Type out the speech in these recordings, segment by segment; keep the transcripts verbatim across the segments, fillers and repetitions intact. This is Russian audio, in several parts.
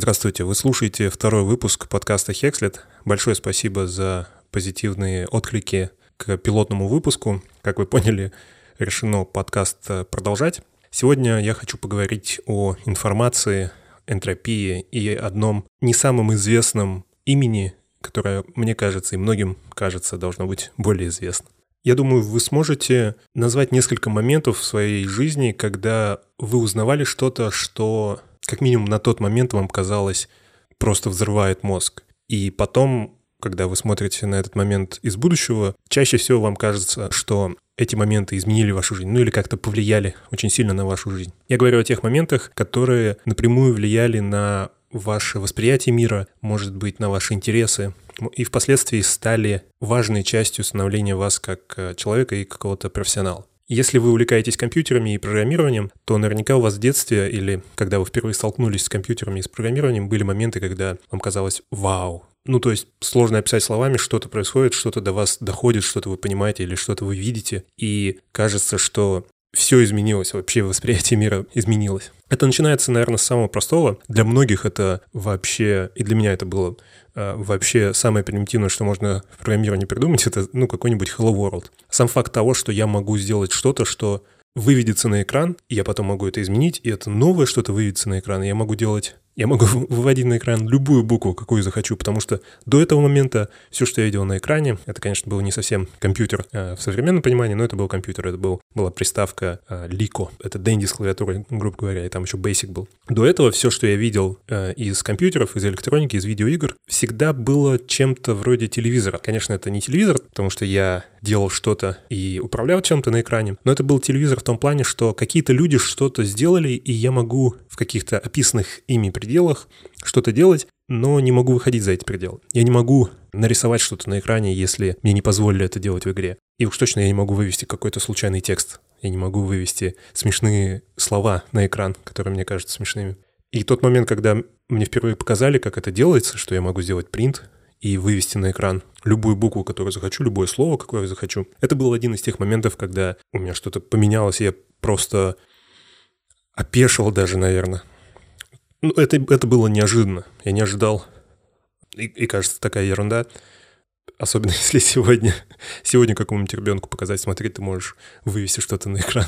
Здравствуйте, вы слушаете второй выпуск подкаста Hexlet. Большое спасибо за позитивные отклики к пилотному выпуску. Как вы поняли, решено подкаст продолжать. Сегодня я хочу поговорить о информации, энтропии и одном не самом известном имени, которое, мне кажется, и многим кажется, должно быть более известно. Я думаю, вы сможете назвать несколько моментов в своей жизни, когда вы узнавали что-то, что, как минимум, на тот момент вам казалось, просто взрывает мозг. И потом, когда вы смотрите на этот момент из будущего, чаще всего вам кажется, что эти моменты изменили вашу жизнь, ну или как-то повлияли очень сильно на вашу жизнь. Я говорю о тех моментах, которые напрямую влияли на ваше восприятие мира, может быть, на ваши интересы, и впоследствии стали важной частью становления вас как человека и какого-то профессионала. Если вы увлекаетесь компьютерами и программированием, то наверняка у вас в детстве или когда вы впервые столкнулись с компьютерами и с программированием, были моменты, когда вам казалось «Вау!». Ну, то есть сложно описать словами, что-то происходит, что-то до вас доходит, что-то вы понимаете или что-то вы видите, и кажется, что все изменилось, вообще восприятие мира изменилось. Это начинается, наверное, с самого простого. Для многих это вообще, и для меня это было э, вообще самое примитивное, что можно в программировании придумать, это ну, какой-нибудь Hello World. Сам факт того, что я могу сделать что-то, что выведется на экран, и я потом могу это изменить, и это новое что-то выведется на экран, и я могу делать... Я могу выводить на экран любую букву, какую захочу, потому что до этого момента все, что я видел на экране, это, конечно, был не совсем компьютер э, в современном понимании, но это был компьютер, это был, была приставка э, Lico, это Dendy с клавиатурой, грубо говоря, и там еще Basic был. До этого все, что я видел э, из компьютеров, из электроники, из видеоигр, всегда было чем-то вроде телевизора. Конечно, это не телевизор, потому что я делал что-то и управлял чем-то на экране, но это был телевизор в том плане, что какие-то люди что-то сделали, и я могу в каких-то описанных ими пределах что-то делать, но не могу выходить за эти пределы. Я не могу нарисовать что-то на экране, если мне не позволили это делать в игре. И уж точно я не могу вывести какой-то случайный текст. Я не могу вывести смешные слова на экран, которые мне кажутся смешными. И тот момент, когда мне впервые показали, как это делается, что я могу сделать принт и вывести на экран любую букву, которую захочу, любое слово, какое я захочу. Это был один из тех моментов, когда у меня что-то поменялось, и я просто опешил даже, наверное. Ну, это, это было неожиданно. Я не ожидал. И, и кажется, такая ерунда. Особенно если сегодня, сегодня какому-нибудь ребенку показать, смотри, ты можешь вывести что-то на экран.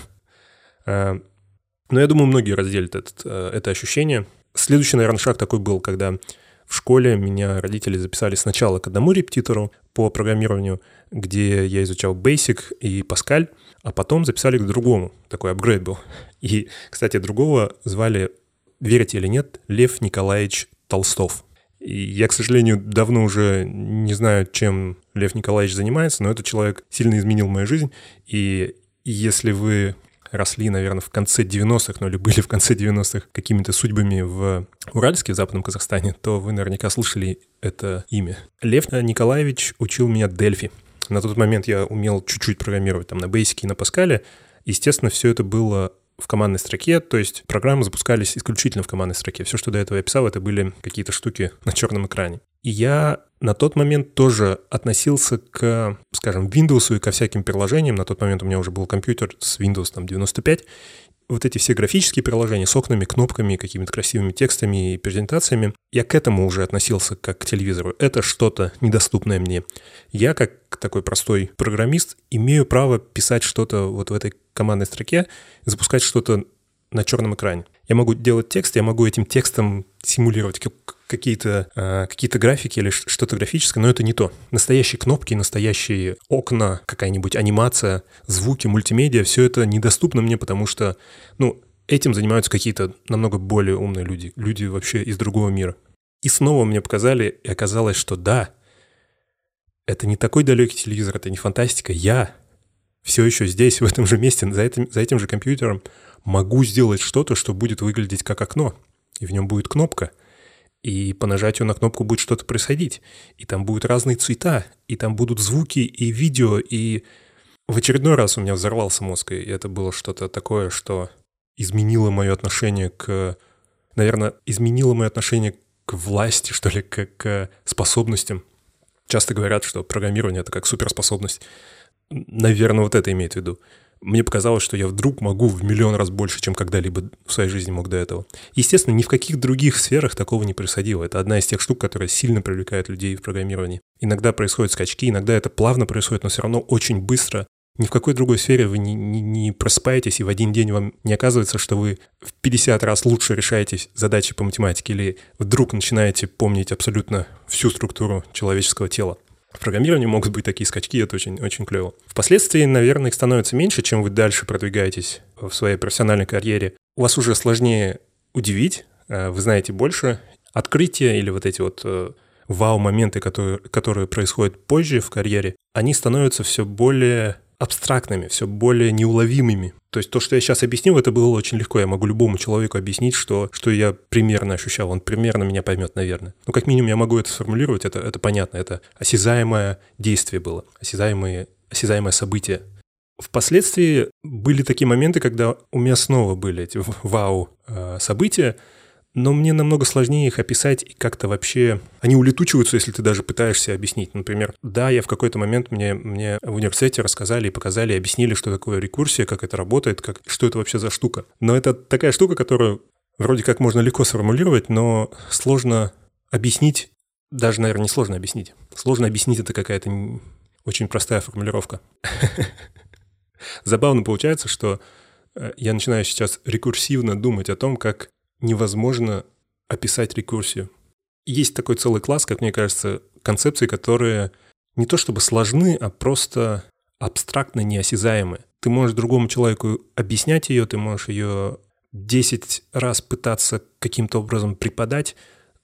Но я думаю, многие разделят этот, это ощущение. Следующий, наверное, шаг такой был, когда в школе меня родители записали сначала к одному репетитору по программированию, где я изучал Basic и Pascal, а потом записали к другому. Такой апгрейд был. И, кстати, другого звали, верите или нет, Лев Николаевич Толстов. И я, к сожалению, давно уже не знаю, чем Лев Николаевич занимается, но этот человек сильно изменил мою жизнь. И если вы росли, наверное, в конце девяностых, ну или были в конце девяностых какими-то судьбами в Уральске, в Западном Казахстане, то вы наверняка слышали это имя. Лев Николаевич учил меня Дельфи. На тот момент я умел чуть-чуть программировать там на Basic и на Pascal. Естественно, все это было в командной строке, то есть программы запускались исключительно в командной строке. Все, что до этого я писал, это были какие-то штуки на черном экране. И я на тот момент тоже относился к, скажем, Windows и ко всяким приложениям. На тот момент у меня уже был компьютер с Windows там, девяносто пять. Вот эти все графические приложения с окнами, кнопками, какими-то красивыми текстами и презентациями, я к этому уже относился как к телевизору. Это что-то недоступное мне. Я, как такой простой программист, имею право писать что-то вот в этой командной строке, запускать что-то на черном экране. Я могу делать текст, я могу этим текстом симулировать какие-то, э, какие-то графики или что-то графическое, но это не то. Настоящие кнопки, настоящие окна, какая-нибудь анимация, звуки, мультимедиа, все это недоступно мне, потому что, ну, этим занимаются какие-то намного более умные люди, люди вообще из другого мира. И снова мне показали, и оказалось, что да, это не такой далекий телевизор, это не фантастика. Я все еще здесь, в этом же месте, за этим, за этим же компьютером могу сделать что-то, что будет выглядеть как окно, и в нем будет кнопка, и по нажатию на кнопку будет что-то происходить, и там будут разные цвета, и там будут звуки и видео, и в очередной раз у меня взорвался мозг, и это было что-то такое, что изменило мое отношение к, наверное, изменило мое отношение к власти, что ли, к, к способностям. Часто говорят, что программирование — это как суперспособность. Наверное, вот это имеет в виду. мне показалось, что я вдруг могу в миллион раз больше, чем когда-либо в своей жизни мог до этого. Естественно, ни в каких других сферах такого не происходило. Это одна из тех штук, которая сильно привлекает людей в программировании. Иногда происходят скачки, иногда это плавно происходит, но все равно очень быстро. Ни в какой другой сфере вы не, не, не просыпаетесь, и в один день вам не оказывается, что вы в пятьдесят раз лучше решаете задачи по математике, или вдруг начинаете помнить абсолютно всю структуру человеческого тела. В программировании могут быть такие скачки, это очень, очень клево. Впоследствии, наверное, их становится меньше, чем вы дальше продвигаетесь в своей профессиональной карьере. У вас уже сложнее удивить, вы знаете больше. Открытия или вот эти вот вау-моменты, которые, которые происходят позже в карьере, они становятся все более абстрактными, все более неуловимыми. То есть то, что я сейчас объяснил, это было очень легко. Я могу любому человеку объяснить, что, что я примерно ощущал. Он примерно меня поймет, наверное. Ну, как минимум, я могу это сформулировать, это, это понятно. Это осязаемое действие было, осязаемое, осязаемое событие. Впоследствии были такие моменты, когда у меня снова были эти вау-события, но мне намного сложнее их описать, и как-то вообще... Они улетучиваются, если ты даже пытаешься объяснить. Например, да, я в какой-то момент, мне, мне в университете рассказали и показали, и объяснили, что такое рекурсия, как это работает, как, что это вообще за штука. Но это такая штука, которую вроде как можно легко сформулировать, но сложно объяснить, даже, наверное, не сложно объяснить. Сложно объяснить, это какая-то очень простая формулировка. Забавно получается, что я начинаю сейчас рекурсивно думать о том, как невозможно описать рекурсию. Есть такой целый класс, как мне кажется, концепций, которые не то чтобы сложны, а просто абстрактно неосязаемы. Ты можешь другому человеку объяснять ее, ты можешь ее десять раз пытаться каким-то образом преподать,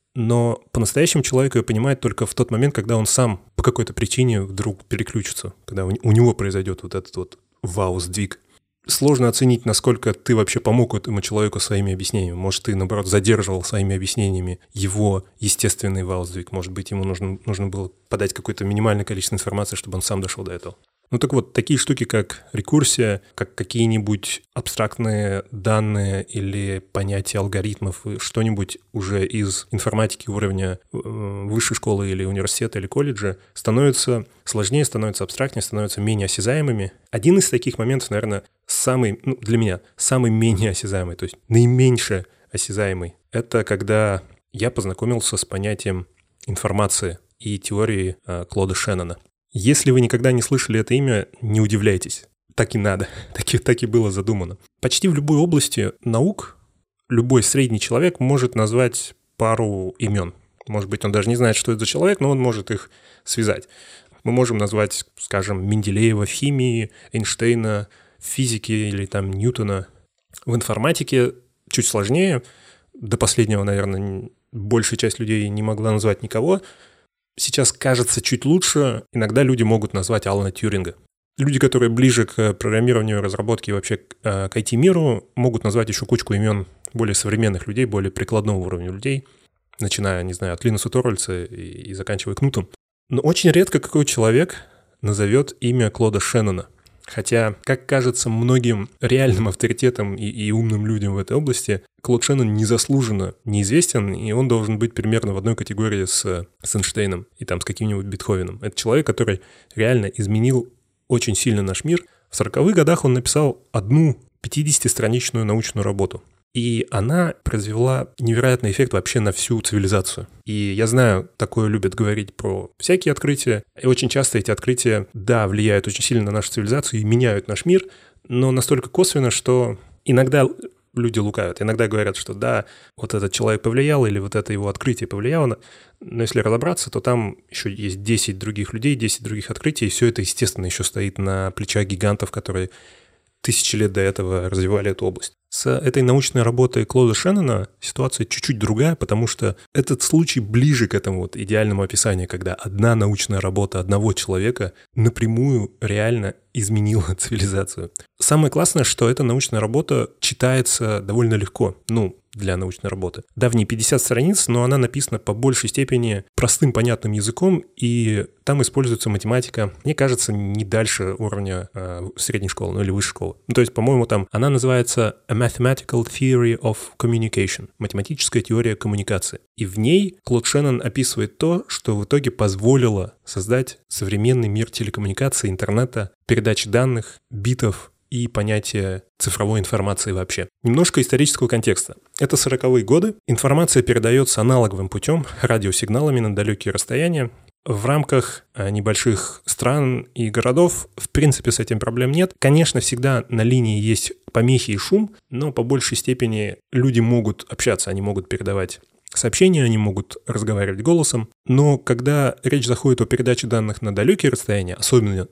но по-настоящему человек ее понимает только в тот момент, когда он сам по какой-то причине вдруг переключится, когда у него произойдет вот этот вот вау-сдвиг. Сложно оценить, насколько ты вообще помог этому человеку своими объяснениями. Может, ты, наоборот, задерживал своими объяснениями его естественный вау-сдвиг. Может быть, ему нужно, нужно было подать какое-то минимальное количество информации, чтобы он сам дошел до этого. Ну так вот, такие штуки, как рекурсия, как какие-нибудь абстрактные данные или понятия алгоритмов, что-нибудь уже из информатики уровня высшей школы или университета или колледжа, становятся сложнее, становятся абстрактнее, становятся менее осязаемыми. Один из таких моментов, наверное, самый, ну, для меня, самый менее осязаемый, то есть наименьше осязаемый, это когда я познакомился с понятием информации и теории э, Клода Шеннона. Если вы никогда не слышали это имя, не удивляйтесь. Так и надо. Так и, так и было задумано. Почти в любой области наук любой средний человек может назвать пару имен. Может быть, он даже не знает, что это за человек, но он может их связать. Мы можем назвать, скажем, Менделеева в химии, Эйнштейна в физике или там Ньютона. В информатике чуть сложнее. До последнего, наверное, большая часть людей не могла назвать никого. Сейчас кажется чуть лучше. Иногда люди могут назвать Алана Тьюринга. Люди, которые ближе к программированию, разработке и вообще к ай ти-миру, могут назвать еще кучку имен более современных людей, более прикладного уровня людей, начиная, не знаю, от Линуса Торвальдса и, и заканчивая Кнутом. Но очень редко какой человек назовет имя Клода Шеннона. Хотя, как кажется многим реальным авторитетам и, и умным людям в этой области, Клод Шеннон незаслуженно неизвестен, и он должен быть примерно в одной категории с, с Эйнштейном и там с каким-нибудь Бетховеном. Это человек, который реально изменил очень сильно наш мир. В сороковых годах он написал одну пятидесятистраничную научную работу. И она произвела невероятный эффект вообще на всю цивилизацию. И я знаю, такое любят говорить про всякие открытия. И очень часто эти открытия, да, влияют очень сильно на нашу цивилизацию и меняют наш мир, но настолько косвенно, что иногда люди лукавят. Иногда говорят, что да, вот этот человек повлиял или вот это его открытие повлияло. Но если разобраться, то там еще есть десять других людей, десять других открытий, и все это, естественно, еще стоит на плечах гигантов, которые тысячи лет до этого развивали эту область. С этой научной работой Клода Шеннона ситуация чуть-чуть другая, потому что этот случай ближе к этому вот идеальному описанию, когда одна научная работа одного человека напрямую реально изменила цивилизацию. Самое классное, что эта научная работа читается довольно легко, ну, для научной работы. Да, в ней пятьдесят страниц, но она написана по большей степени простым, понятным языком, и там используется математика, мне кажется, не дальше уровня э, средней школы, ну или высшей школы. Ну, то есть, по-моему, там она называется A Mathematical Theory of Communication, математическая теория коммуникации. И в ней Клод Шеннон описывает то, что в итоге позволило создать современный мир телекоммуникаций, интернета, передачи данных, битов и понятие цифровой информации вообще. Немножко исторического контекста. Это сороковые годы. Информация передается аналоговым путем, радиосигналами на далекие расстояния. В рамках небольших стран и городов, в принципе, с этим проблем нет. Конечно, всегда на линии есть помехи и шум, но по большей степени люди могут общаться, они могут передавать сообщения, они могут разговаривать голосом. Но когда речь заходит о передаче данных на далекие расстояния, особенно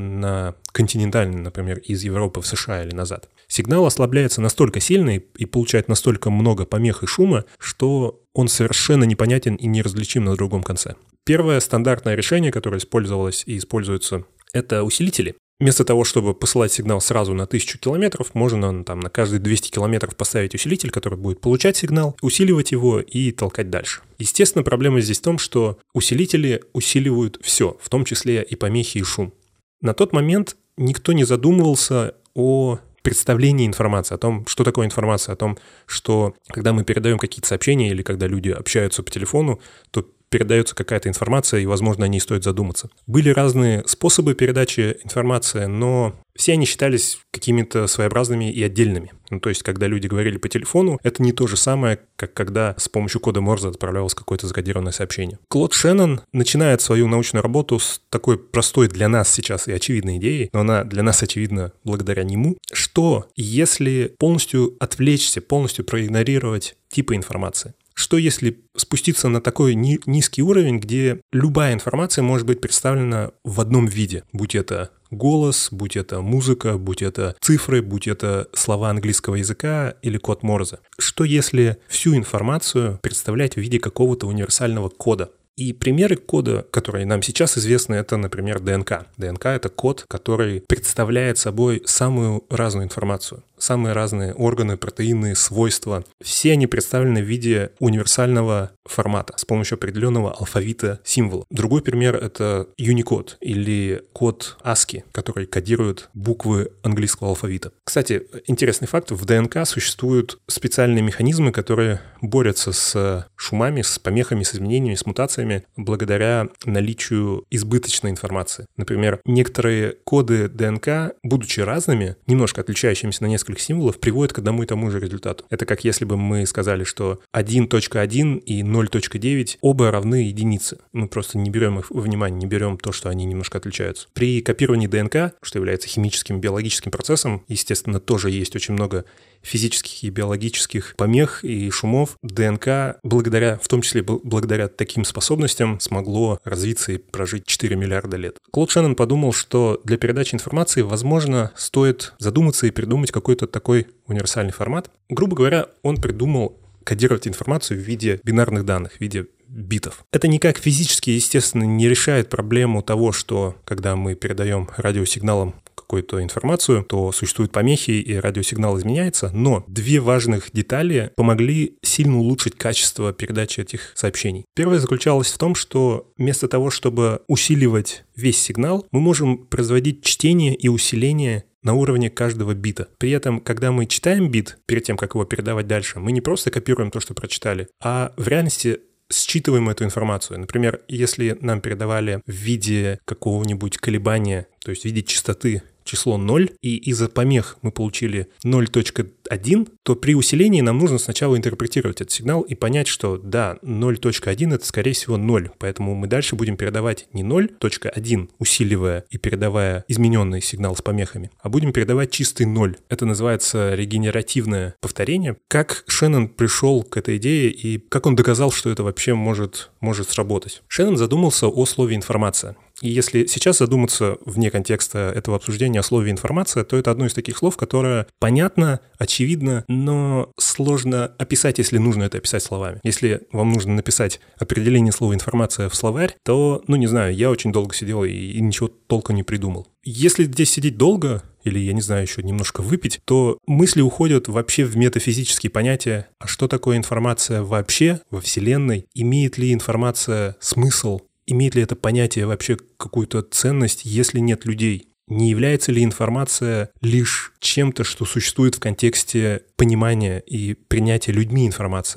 на континентальные, например, из Европы в США или назад, сигнал ослабляется настолько сильно и получает настолько много помех и шума, что он совершенно непонятен и неразличим на другом конце. Первое стандартное решение, которое использовалось и используется, это усилители. Вместо того, чтобы посылать сигнал сразу на тысячу километров, можно там, на каждые двести километров поставить усилитель, который будет получать сигнал, усиливать его и толкать дальше. Естественно, проблема здесь в том, что усилители усиливают все, в том числе и помехи, и шум. На тот момент никто не задумывался о представлении информации, о том, что такое информация, о том, что когда мы передаем какие-то сообщения или когда люди общаются по телефону, то передается какая-то информация, и, возможно, о ней стоит задуматься. Были разные способы передачи информации, но все они считались какими-то своеобразными и отдельными. Ну, то есть, когда люди говорили по телефону, это не то же самое, как когда с помощью кода Морзе отправлялось какое-то закодированное сообщение. Клод Шеннон начинает свою научную работу с такой простой для нас сейчас и очевидной идеей, но она для нас очевидна благодаря нему, что если полностью отвлечься, полностью проигнорировать типы информации, что если спуститься на такой ни- низкий уровень, где любая информация может быть представлена в одном виде, будь это голос, будь это музыка, будь это цифры, будь это слова английского языка или код Морзе. Что если всю информацию представлять в виде какого-то универсального кода? И примеры кода, которые нам сейчас известны, это, например, ДНК. ДНК — это код, который представляет собой самую разную информацию. Самые разные органы, протеины, свойства. Все они представлены в виде универсального формата с помощью определенного алфавита символов. Другой пример — это Unicode или код аски, который кодирует буквы английского алфавита. Кстати, интересный факт. В ДНК существуют специальные механизмы, которые борются с шумами, с помехами, с изменениями, с мутациями благодаря наличию избыточной информации. Например, некоторые коды ДНК, будучи разными, немножко отличающимися на несколько символов, приводят к одному и тому же результату. Это как если бы мы сказали, что один точка один и ноль точка девять оба равны единице. Мы просто не берем их во внимание, не берем то, что они немножко отличаются. При копировании ДНК, что является химическим, биологическим процессом, естественно, тоже есть очень много физических и биологических помех и шумов. ДНК, благодаря, в том числе благодаря таким способностям, смогло развиться и прожить четыре миллиарда лет. Клод Шеннон подумал, что для передачи информации, возможно, стоит задуматься и придумать какой-то такой универсальный формат. Грубо говоря, он придумал кодировать информацию в виде бинарных данных, в виде битов. Это никак физически, естественно, не решает проблему того, что когда мы передаем радиосигналом какую-то информацию, то существуют помехи, и радиосигнал изменяется, но две важных детали помогли сильно улучшить качество передачи этих сообщений. Первое заключалось в том, что вместо того, чтобы усиливать весь сигнал, мы можем производить чтение и усиление на уровне каждого бита. При этом, когда мы читаем бит, перед тем, как его передавать дальше, мы не просто копируем то, что прочитали, а в реальности считываем эту информацию. Например, если нам передавали в виде какого-нибудь колебания, то есть в виде частоты, число ноль, и из-за помех мы получили ноль точка один, то при усилении нам нужно сначала интерпретировать этот сигнал и понять, что да, ноль точка один это скорее всего ноль, поэтому мы дальше будем передавать не ноль точка один, усиливая и передавая измененный сигнал с помехами, а будем передавать чистый ноль. Это называется регенеративное повторение. Как Шеннон пришел к этой идее и как он доказал, что это вообще может, может сработать? Шеннон задумался о слове «информация». И если сейчас задуматься вне контекста этого обсуждения о слове «информация», то это одно из таких слов, которое понятно, очевидно, но сложно описать, если нужно это описать словами. Если вам нужно написать определение слова «информация» в словарь, то, ну не знаю, я очень долго сидел и, и ничего толком не придумал. Если здесь сидеть долго, или, я не знаю, еще немножко выпить, то мысли уходят вообще в метафизические понятия. А что такое информация вообще во Вселенной? Имеет ли информация смысл? Имеет ли это понятие вообще какую-то ценность, если нет людей? Не является ли информация лишь чем-то, что существует в контексте понимания и принятия людьми информации?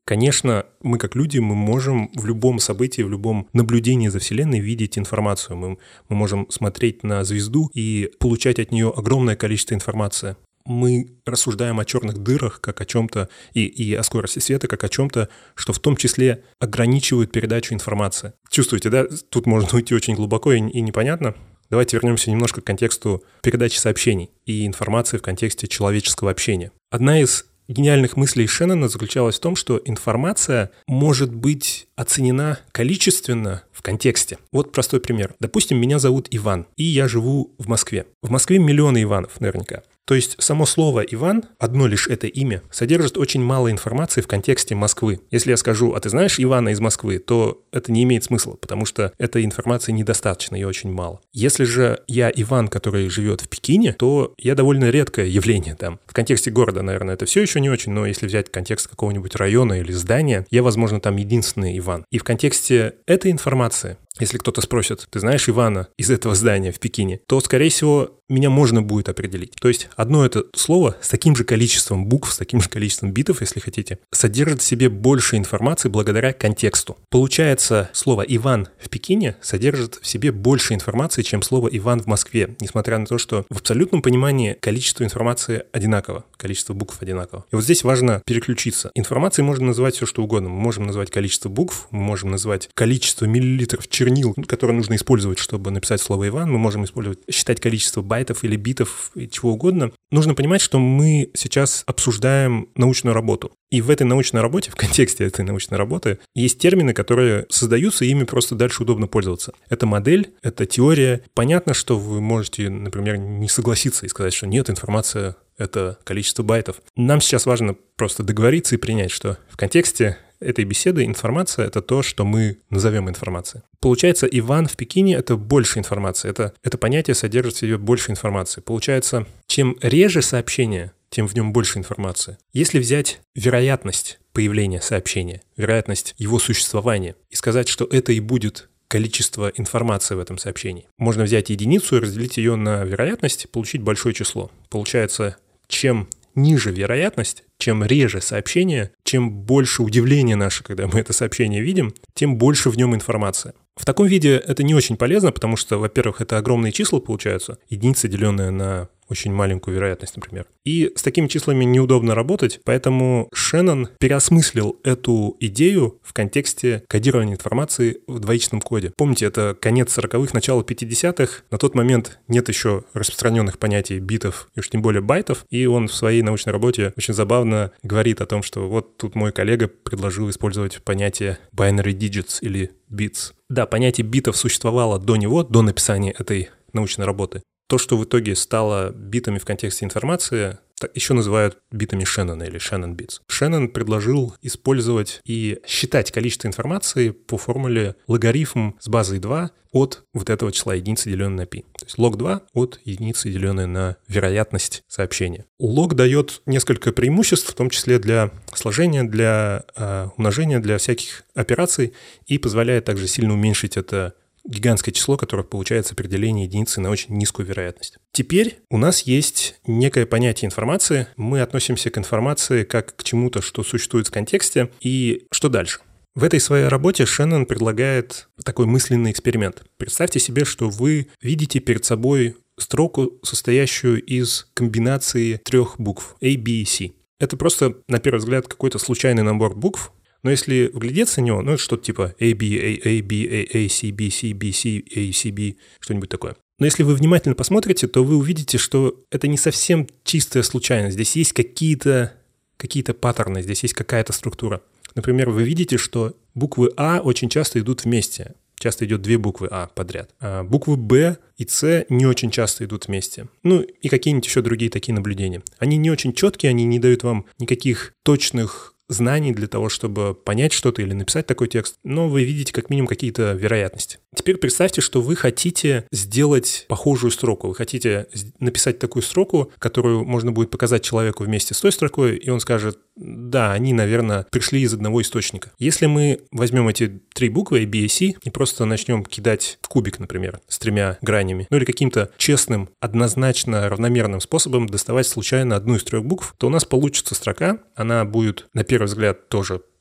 Конечно, мы как люди, мы можем в любом событии, в любом наблюдении за Вселенной видеть информацию. Мы, мы можем смотреть на звезду и получать от нее огромное количество информации. Мы рассуждаем о черных дырах как о чем-то, и, и о скорости света как о чем-то, что в том числе ограничивает передачу информации. Чувствуете, да? Тут можно уйти очень глубоко и, и непонятно. Давайте вернемся немножко к контексту передачи сообщений и информации в контексте человеческого общения. Одна из гениальных мыслей Шеннона заключалась в том, что информация может быть оценена количественно в контексте. Вот простой пример. Допустим, меня зовут Иван, и я живу в Москве. В Москве миллионы Иванов наверняка. То есть само слово «Иван», одно лишь это имя, содержит очень мало информации в контексте Москвы. Если я скажу «а ты знаешь Ивана из Москвы», то это не имеет смысла, потому что этой информации недостаточно, ее очень мало. Если же я Иван, который живет в Пекине, то я довольно редкое явление там. В контексте города, наверное, это все еще не очень, но если взять контекст какого-нибудь района или здания, я, возможно, там единственный Иван. И в контексте этой информации, если кто-то спросит, ты знаешь Ивана из этого здания в Пекине, то, скорее всего, меня можно будет определить. То есть одно это слово с таким же количеством букв, с таким же количеством битов, если хотите, содержит в себе больше информации благодаря контексту. Получается, слово «Иван» в Пекине содержит в себе больше информации, чем слово «Иван» в Москве, несмотря на то, что в абсолютном понимании количество информации одинаково, количество букв одинаково. И вот здесь важно переключиться. Информацией можно называть все, что угодно. Мы можем назвать количество букв, мы можем назвать количество миллилитров чернил, которые нужно использовать, чтобы написать слово «Иван», мы можем использовать, считать количество байтов или битов и чего угодно. Нужно понимать, что мы сейчас обсуждаем научную работу. И в этой научной работе, в контексте этой научной работы, есть термины, которые создаются, и ими просто дальше удобно пользоваться. Это модель, это теория. Понятно, что вы можете, например, не согласиться и сказать, что нет, информация — это количество байтов. Нам сейчас важно просто договориться и принять, что в контексте этой беседы информация — это то, что мы назовем информацией. Получается, Иван в Пекине — это больше информации. Это, это понятие содержит в себе больше информации. Получается, чем реже сообщение, тем в нем больше информации. Если взять вероятность появления сообщения, вероятность его существования, и сказать, что это и будет количество информации в этом сообщении, можно взять единицу и разделить ее на вероятность, и получить большое число. Получается, чем ниже вероятность, чем реже сообщение, чем больше удивления наше, когда мы это сообщение видим, тем больше в нем информации. В таком виде это не очень полезно, потому что, во-первых, это огромные числа получаются, единица, деленная на очень маленькую вероятность, например. И с такими числами неудобно работать, поэтому Шеннон переосмыслил эту идею в контексте кодирования информации в двоичном коде. Помните, это конец сороковых, начало пятидесятых. На тот момент нет еще распространенных понятий битов и уж тем более байтов, и он в своей научной работе очень забавно говорит о том, что вот тут мой коллега предложил использовать понятие binary digits или bits. Да, понятие битов существовало до него, до написания этой научной работы. То, что в итоге стало битами в контексте информации, еще называют битами Шеннона или Shannon bits. Шеннон предложил использовать и считать количество информации по формуле логарифм с базой два от вот этого числа единицы, деленной на π. То есть лог два от единицы, деленной на вероятность сообщения. Лог дает несколько преимуществ, в том числе для сложения, для э, умножения, для всяких операций, и позволяет также сильно уменьшить это гигантское число, которое получается при делении единицы на очень низкую вероятность. Теперь у нас есть некое понятие информации. Мы относимся к информации как к чему-то, что существует в контексте. И что дальше? В этой своей работе Шеннон предлагает такой мысленный эксперимент. Представьте себе, что вы видите перед собой строку, состоящую из комбинации трех букв A, B и C. Это просто, на первый взгляд, какой-то случайный набор букв. Но если вглядеться в него, ну, это что-то типа A, B, A, A, B, A, A, C, B, C, B, C, A, C, B, что-нибудь такое. Но если вы внимательно посмотрите, то вы увидите, что это не совсем чистая случайность. Здесь есть какие-то, какие-то паттерны, здесь есть какая-то структура. Например, вы видите, что буквы А очень часто идут вместе. Часто идет две буквы А подряд. А буквы Б и С не очень часто идут вместе. Ну и какие-нибудь еще другие такие наблюдения. Они не очень четкие, они не дают вам никаких точных знаний для того, чтобы понять что-то или написать такой текст, но вы видите как минимум какие-то вероятности. Теперь представьте, что вы хотите сделать похожую строку. Вы хотите написать такую строку, которую можно будет показать человеку вместе с той строкой, и он скажет, да, они, наверное, пришли из одного источника. Если мы возьмем эти три буквы A, B и C и просто начнем кидать в кубик, например, с тремя гранями, ну или каким-то честным, однозначно равномерным способом доставать случайно одну из трех букв, то у нас получится строка, она будет на первый взгляд тоже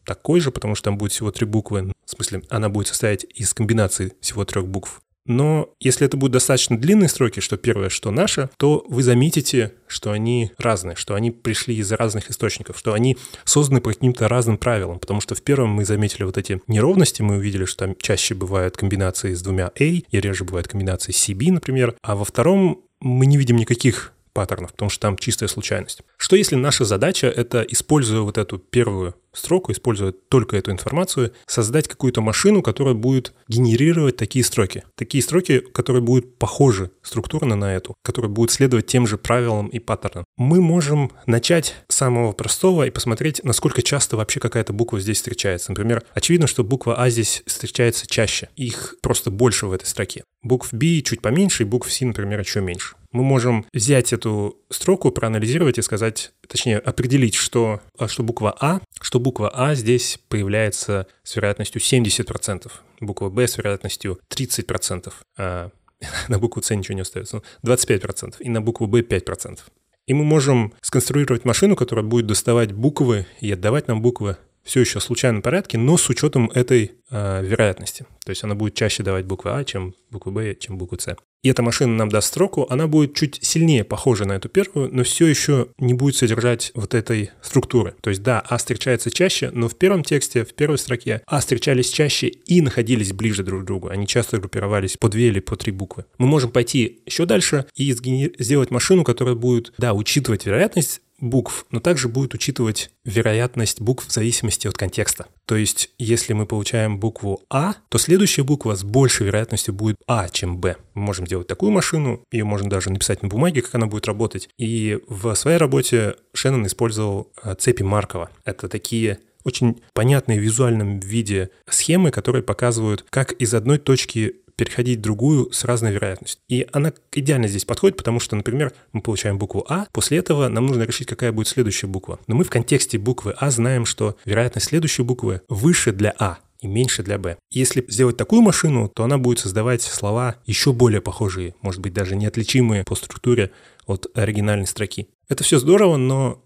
такой же, потому что там будет всего три буквы. В смысле, она будет состоять из комбинации всего трех букв. Но если это будут достаточно длинные строки, что первое, что наше, то вы заметите, что они разные, что они пришли из разных источников, что они созданы по каким-то разным правилам, потому что в первом мы заметили вот эти неровности, мы увидели, что там чаще бывают комбинации с двумя A, и реже бывают комбинации с си би, например, а во втором мы не видим никаких паттернов, потому что там чистая случайность. Что если наша задача — это, используя вот эту первую строку, используя только эту информацию, создать какую-то машину, которая будет генерировать такие строки. Такие строки, которые будут похожи структурно на эту, которые будут следовать тем же правилам и паттернам. Мы можем начать с самого простого и посмотреть, насколько часто вообще какая-то буква здесь встречается. Например, очевидно, что буква А здесь встречается чаще. Их просто больше в этой строке. Букв B чуть поменьше, и букв C, например, еще меньше. Мы можем взять эту строку, проанализировать и сказать, точнее, определить, что, что буква А, что буква А здесь появляется с вероятностью семьдесят процентов, буква Б с вероятностью тридцать процентов, а на букву С ничего не остается, двадцать пять процентов, и на букву Б пять процентов. И мы можем сконструировать машину, которая будет доставать буквы и отдавать нам буквы все еще в случайном порядке, но с учетом этой э, вероятности. То есть она будет чаще давать букву А, чем букву Б, чем букву С. И эта машина нам даст строку, она будет чуть сильнее похожа на эту первую, но все еще не будет содержать вот этой структуры. То есть да, А встречается чаще, но в первом тексте, в первой строке А встречались чаще и находились ближе друг к другу. Они часто группировались по две или по три буквы. Мы можем пойти еще дальше и сделать машину, которая будет, да, учитывать вероятность букв, но также будет учитывать вероятность букв в зависимости от контекста. То есть, если мы получаем букву А, то следующая буква с большей вероятностью будет А, чем Б. Мы можем делать такую машину, ее можно даже написать на бумаге, как она будет работать. И в своей работе Шеннон использовал цепи Маркова. Это такие очень понятные в визуальном виде схемы, которые показывают, как из одной точки переходить в другую с разной вероятностью. И она идеально здесь подходит, потому что, например, мы получаем букву А, после этого нам нужно решить, какая будет следующая буква. Но мы в контексте буквы А знаем, что вероятность следующей буквы выше для А и меньше для Б. Если сделать такую машину, то она будет создавать слова еще более похожие, может быть, даже неотличимые по структуре от оригинальной строки. Это все здорово, но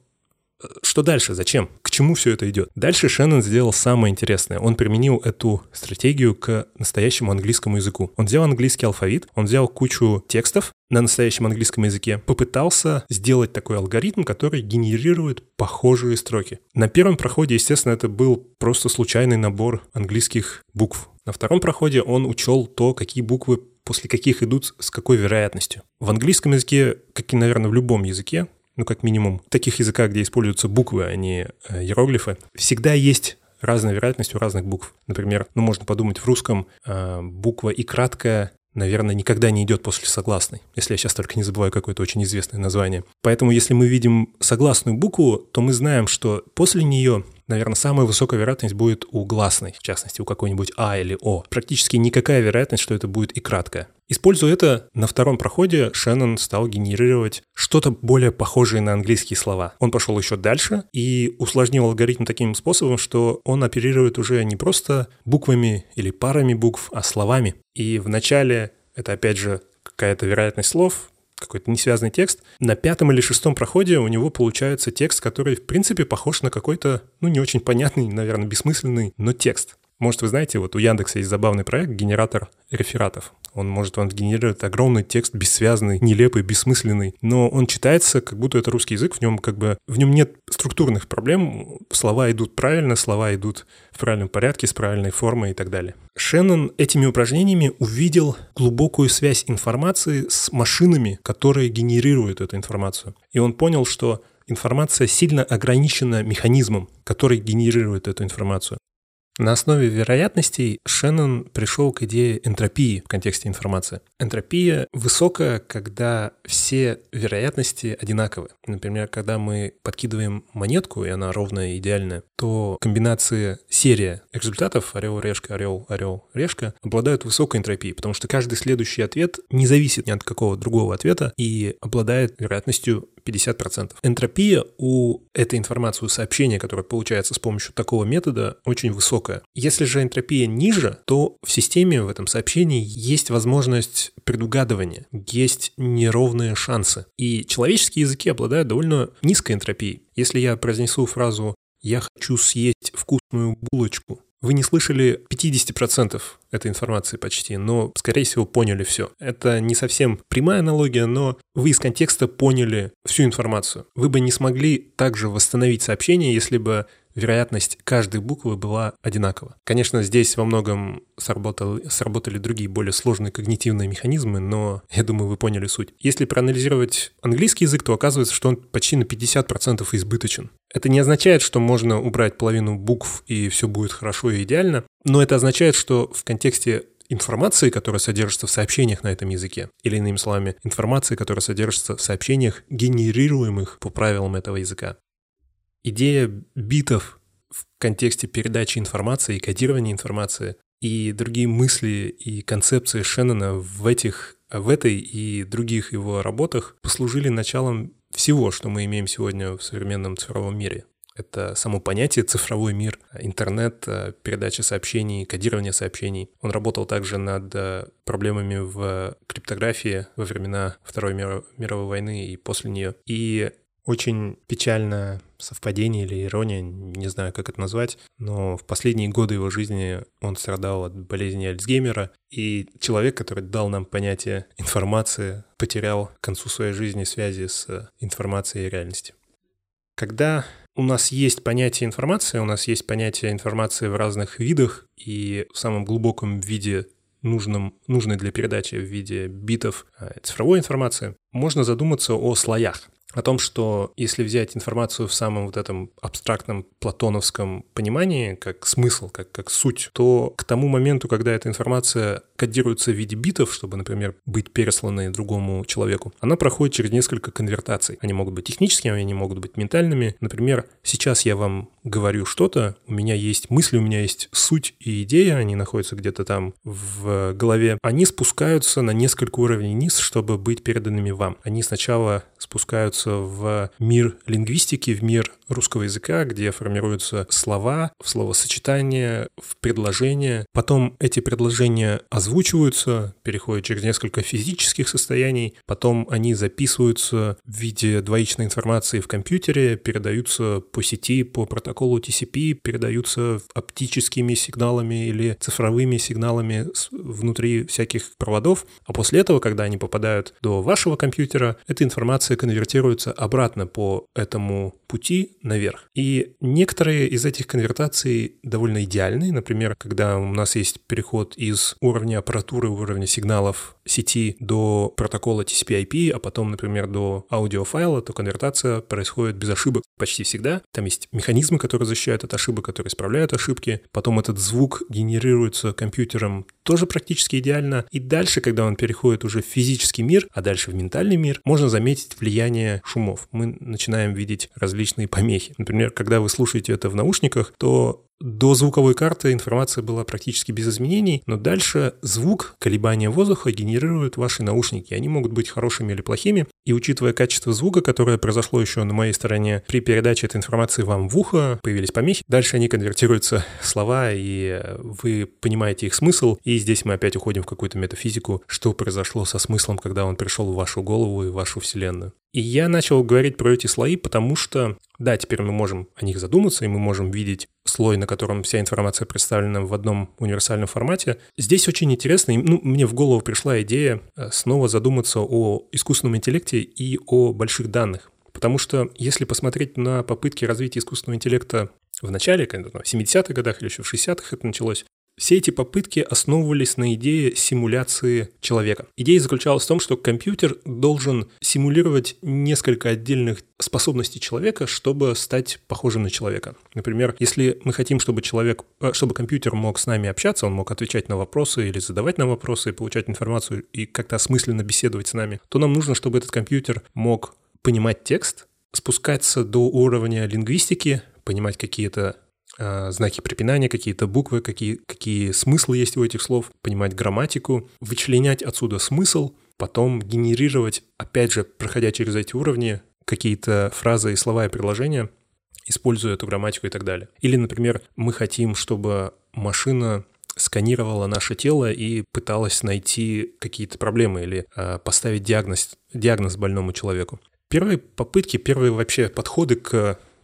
что дальше? Зачем? К чему все это идет? Дальше Шеннон сделал самое интересное. Он применил эту стратегию к настоящему английскому языку. Он взял английский алфавит, он взял кучу текстов на настоящем английском языке, попытался сделать такой алгоритм, который генерирует похожие строки. На первом проходе, естественно, это был просто случайный набор английских букв. На втором проходе он учел то, какие буквы после каких идут с какой вероятностью. В английском языке, как и, наверное, в любом языке, ну, как минимум, в таких языках, где используются буквы, а не э, иероглифы, всегда есть разная вероятность у разных букв. Например, ну, можно подумать, в русском э, буква «и» краткая, наверное, никогда не идет после согласной, если я сейчас только не забываю какое-то очень известное название. Поэтому, если мы видим согласную букву, то мы знаем, что после нее, наверное, самая высокая вероятность будет у гласной, в частности, у какой-нибудь А или О. Практически никакая вероятность, что это будет «и» краткая. Используя это, на втором проходе Шеннон стал генерировать что-то более похожее на английские слова. Он пошел еще дальше и усложнил алгоритм таким способом, что он оперирует уже не просто буквами или парами букв, а словами. И вначале это, опять же, какая-то вероятность слов, какой-то несвязанный текст. На пятом или шестом проходе у него получается текст, который, в принципе, похож на какой-то, ну, не очень понятный, наверное, бессмысленный, но текст. Может, вы знаете, вот у Яндекса есть забавный проект «Генератор рефератов». Он может вам генерировать огромный текст, бессвязный, нелепый, бессмысленный, но он читается, как будто это русский язык, в нем как бы в нем нет структурных проблем, слова идут правильно, слова идут в правильном порядке, с правильной формой и так далее. Шеннон этими упражнениями увидел глубокую связь информации с машинами, которые генерируют эту информацию. И он понял, что информация сильно ограничена механизмом, который генерирует эту информацию. На основе вероятностей Шеннон пришел к идее энтропии в контексте информации. Энтропия высокая, когда все вероятности одинаковы. Например, когда мы подкидываем монетку, и она ровная и идеальная, то комбинация серия результатов орел-решка, орел-орел, решка обладают высокой энтропией, потому что каждый следующий ответ не зависит ни от какого другого ответа и обладает вероятностью пятьдесят процентов. Энтропия у этой информации, у сообщения, которое получается с помощью такого метода, очень высокая. Если же энтропия ниже, то в системе, в этом сообщении есть возможность предугадывания, есть неровные шансы. И человеческие языки обладают довольно низкой энтропией. Если я произнесу фразу «я хочу съесть вкусную булочку». Вы не слышали пятьдесят процентов этой информации почти, но, скорее всего, поняли все. Это не совсем прямая аналогия, но вы из контекста поняли всю информацию. Вы бы не смогли также восстановить сообщение, если бы вероятность каждой буквы была одинакова. Конечно, здесь во многом сработал, сработали другие, более сложные когнитивные механизмы, но я думаю, вы поняли суть. Если проанализировать английский язык, то оказывается, что он почти на пятьдесят процентов избыточен. Это не означает, что можно убрать половину букв и все будет хорошо и идеально, но это означает, что в контексте информации, которая содержится в сообщениях на этом языке, или, иными словами, информации, которая содержится в сообщениях, генерируемых по правилам этого языка. Идея битов в контексте передачи информации и кодирования информации и другие мысли и концепции Шеннона в, этих, в этой и других его работах послужили началом всего, что мы имеем сегодня в современном цифровом мире. Это само понятие «цифровой мир», интернет, передача сообщений, кодирование сообщений. Он работал также над проблемами в криптографии во времена Второй мировой войны и после нее. И очень печальное совпадение или ирония, не знаю, как это назвать, но в последние годы его жизни он страдал от болезни Альцгеймера, и человек, который дал нам понятие информации, потерял к концу своей жизни связи с информацией и реальностью. Когда у нас есть понятие информации, у нас есть понятие информации в разных видах и в самом глубоком виде, нужном, нужной для передачи в виде битов цифровой информации, можно задуматься о слоях. О том, что если взять информацию в самом вот этом абстрактном платоновском понимании, как смысл, как, как суть, то к тому моменту, когда эта информация кодируется в виде битов, чтобы, например, быть пересланной другому человеку, она проходит через несколько конвертаций. Они могут быть техническими, они могут быть ментальными. Например, сейчас я вам говорю что-то, у меня есть мысли, у меня есть суть и идея, они находятся где-то там в голове. Они спускаются на несколько уровней вниз, чтобы быть переданными вам. Они сначала спускаются в мир лингвистики, в мир русского языка, где формируются слова, в словосочетания, в предложения. Потом эти предложения озвучиваются, переходят через несколько физических состояний, потом они записываются в виде двоичной информации в компьютере, передаются по сети, по протоколу ти си пи, передаются оптическими сигналами или цифровыми сигналами внутри всяких проводов, а после этого, когда они попадают до вашего компьютера, эта информация конвертируется обратно по этому пути наверх. И некоторые из этих конвертаций довольно идеальны. Например, когда у нас есть переход из уровня аппаратуры, уровня сигналов сети до протокола ти си пи ай пи, а потом, например, до аудиофайла, то конвертация происходит без ошибок почти всегда. Там есть механизмы, которые защищают от ошибок, которые исправляют ошибки. Потом этот звук генерируется компьютером тоже практически идеально. И дальше, когда он переходит уже в физический мир, а дальше в ментальный мир, можно заметить влияние шумов. Мы начинаем видеть различные помехи. Например, когда вы слушаете это в наушниках, то до звуковой карты информация была практически без изменений, но дальше звук, колебания воздуха генерируют ваши наушники. Они могут быть хорошими или плохими. И учитывая качество звука, которое произошло еще на моей стороне, при передаче этой информации вам в ухо появились помехи. Дальше они конвертируются в слова, и вы понимаете их смысл. И здесь мы опять уходим в какую-то метафизику, что произошло со смыслом, когда он пришел в вашу голову и в вашу вселенную. И я начал говорить про эти слои, потому что, да, теперь мы можем о них задуматься, и мы можем видеть слой, на котором вся информация представлена в одном универсальном формате. Здесь очень интересно, ну, мне в голову пришла идея снова задуматься о искусственном интеллекте и о больших данных. Потому что если посмотреть на попытки развития искусственного интеллекта в начале, в семидесятых годах или еще в шестидесятых это началось, все эти попытки основывались на идее симуляции человека. Идея заключалась в том, что компьютер должен симулировать несколько отдельных способностей человека, чтобы стать похожим на человека. Например, если мы хотим, чтобы человек, чтобы компьютер мог с нами общаться, он мог отвечать на вопросы или задавать нам вопросы, и получать информацию и как-то осмысленно беседовать с нами, то нам нужно, чтобы этот компьютер мог понимать текст, спускаться до уровня лингвистики, понимать какие-то знаки препинания, какие-то буквы, какие, какие смыслы есть у этих слов, понимать грамматику, вычленять отсюда смысл, потом генерировать, опять же, проходя через эти уровни, какие-то фразы и слова и предложения, используя эту грамматику и так далее. Или, например, мы хотим, чтобы машина сканировала наше тело и пыталась найти какие-то проблемы или э, поставить диагноз, диагноз больному человеку. Первые попытки, первые вообще подходы к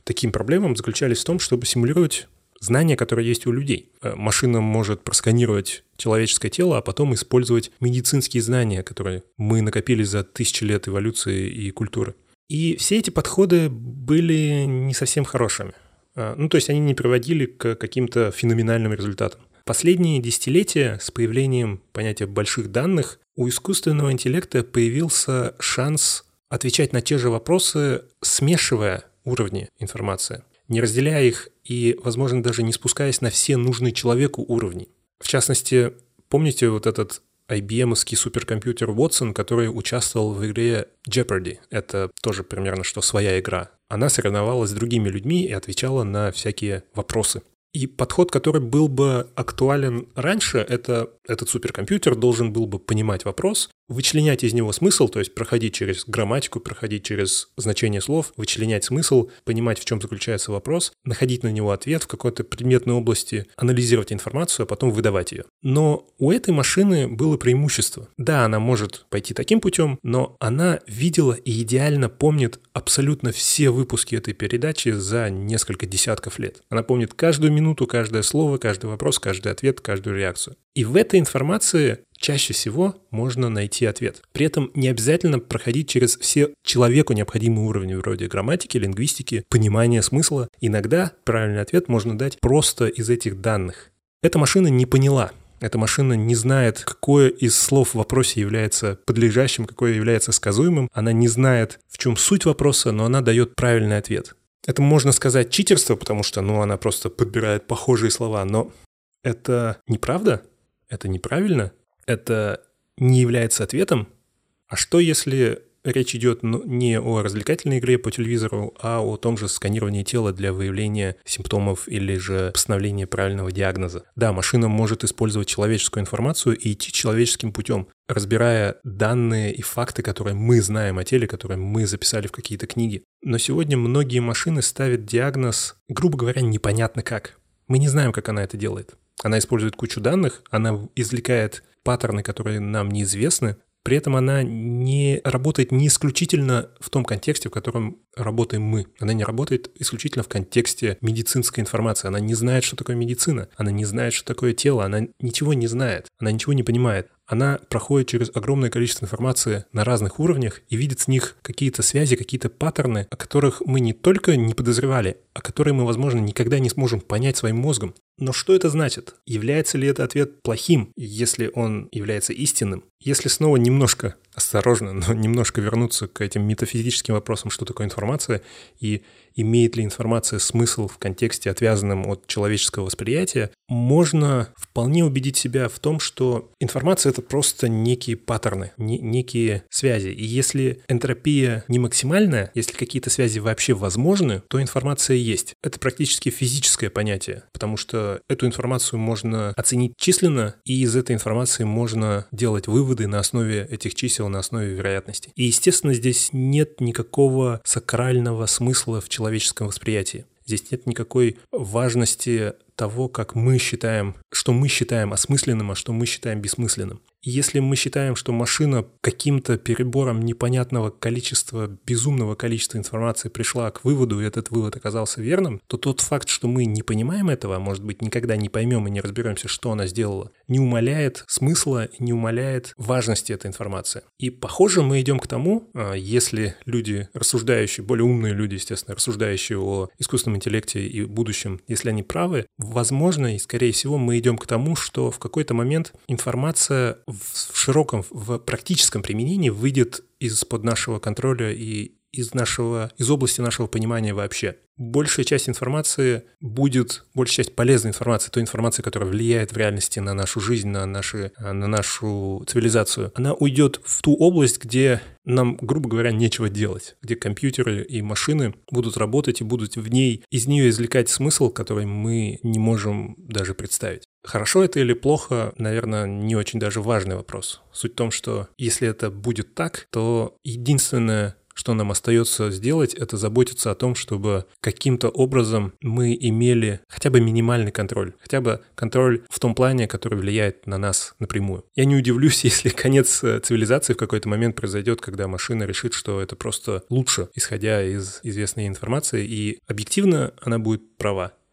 таким проблемам заключались в том, чтобы симулировать знания, которые есть у людей. Машина может просканировать человеческое тело, а потом использовать медицинские знания, которые мы накопили за тысячи лет эволюции и культуры. И все эти подходы были не совсем хорошими. Ну, то есть они не приводили к каким-то феноменальным результатам. Последние десятилетия с появлением понятия больших данных у искусственного интеллекта появился шанс отвечать на те же вопросы, смешивая уровни информации, не разделяя их и, возможно, даже не спускаясь на все нужные человеку уровни. В частности, помните вот этот ай би эм-овский суперкомпьютер Watson, который участвовал в игре Jeopardy? Это тоже примерно что своя игра. Она соревновалась с другими людьми и отвечала на всякие вопросы. И подход, который был бы актуален раньше, это этот суперкомпьютер должен был бы понимать вопрос, вычленять из него смысл, то есть проходить через грамматику, проходить через значение слов, вычленять смысл, понимать, в чем заключается вопрос, находить на него ответ в какой-то предметной области, анализировать информацию, а потом выдавать ее. Но у этой машины было преимущество. Да, она может пойти таким путем, но она видела и идеально помнит абсолютно все выпуски этой передачи за несколько десятков лет. Она помнит каждую минуту, каждое слово, каждый вопрос, каждый ответ, каждую реакцию. И в этой информации чаще всего можно найти ответ. При этом не обязательно проходить через все человеку необходимые уровни вроде грамматики, лингвистики, понимания смысла. Иногда правильный ответ можно дать просто из этих данных. Эта машина не поняла. Эта машина не знает, какое из слов в вопросе является подлежащим, какое является сказуемым. Она не знает, в чем суть вопроса, но она дает правильный ответ. Это можно сказать читерство, потому что ну, она просто подбирает похожие слова, но это неправда? Это неправильно? Это не является ответом? А что, если речь идет не о развлекательной игре по телевизору, а о том же сканировании тела для выявления симптомов или же постановления правильного диагноза? Да, машина может использовать человеческую информацию и идти человеческим путем, разбирая данные и факты, которые мы знаем о теле, которые мы записали в какие-то книги. Но сегодня многие машины ставят диагноз, грубо говоря, непонятно как. Мы не знаем, как она это делает. Она использует кучу данных, она извлекает паттерны, которые нам неизвестны, при этом она не работает не исключительно в том контексте, в котором работаем мы. Она не работает исключительно в контексте медицинской информации. Она не знает, что такое медицина, она не знает, что такое тело, она ничего не знает, она ничего не понимает. Она проходит через огромное количество информации на разных уровнях и видит в них какие-то связи, какие-то паттерны, о которых мы не только не подозревали, а которые мы, возможно, никогда не сможем понять своим мозгом. Но что это значит? Является ли этот ответ плохим, если он является истинным? Если снова немножко, осторожно, но немножко вернуться к этим метафизическим вопросам, что такое информация, и имеет ли информация смысл в контексте, отвязанном от человеческого восприятия, можно вполне убедить себя в том, что информация — это просто некие паттерны, не, некие связи. И если энтропия не максимальная, если какие-то связи вообще возможны, то информация есть. Это практически физическое понятие, потому что эту информацию можно оценить численно, и из этой информации можно делать выводы на основе этих чисел, на основе вероятности. И, естественно, здесь нет никакого сакрального смысла в человеческом восприятии. Здесь нет никакой важности того, как мы считаем, что мы считаем осмысленным, а что мы считаем бессмысленным. И если мы считаем, что машина каким-то перебором непонятного количества, безумного количества информации пришла к выводу, и этот вывод оказался верным, то тот факт, что мы не понимаем этого, а может быть никогда не поймем и не разберемся, что она сделала, не умаляет смысла и не умаляет важности этой информации. И похоже, мы идем к тому, если люди рассуждающие, более умные люди, естественно, рассуждающие о искусственном интеллекте и будущем, если они правы, возможно и скорее всего мы идем к тому, что в какой-то момент информация в широком, в практическом применении выйдет из-под нашего контроля и из нашего, из области нашего понимания вообще. Большая часть информации будет, большая часть полезной информации, той информации, которая влияет в реальности на нашу жизнь, на, наши, на нашу цивилизацию, она уйдет в ту область, где нам, грубо говоря, нечего делать, где компьютеры и машины будут работать и будут в ней, из нее извлекать смысл, который мы не можем даже представить. Хорошо это или плохо, наверное, не очень даже важный вопрос. Суть в том, что если это будет так, то единственное, что нам остается сделать, это заботиться о том, чтобы каким-то образом мы имели хотя бы минимальный контроль, хотя бы контроль в том плане, который влияет на нас напрямую. Я не удивлюсь, если конец цивилизации в какой-то момент произойдет, когда машина решит, что это просто лучше, исходя из известной информации, и объективно она будет права.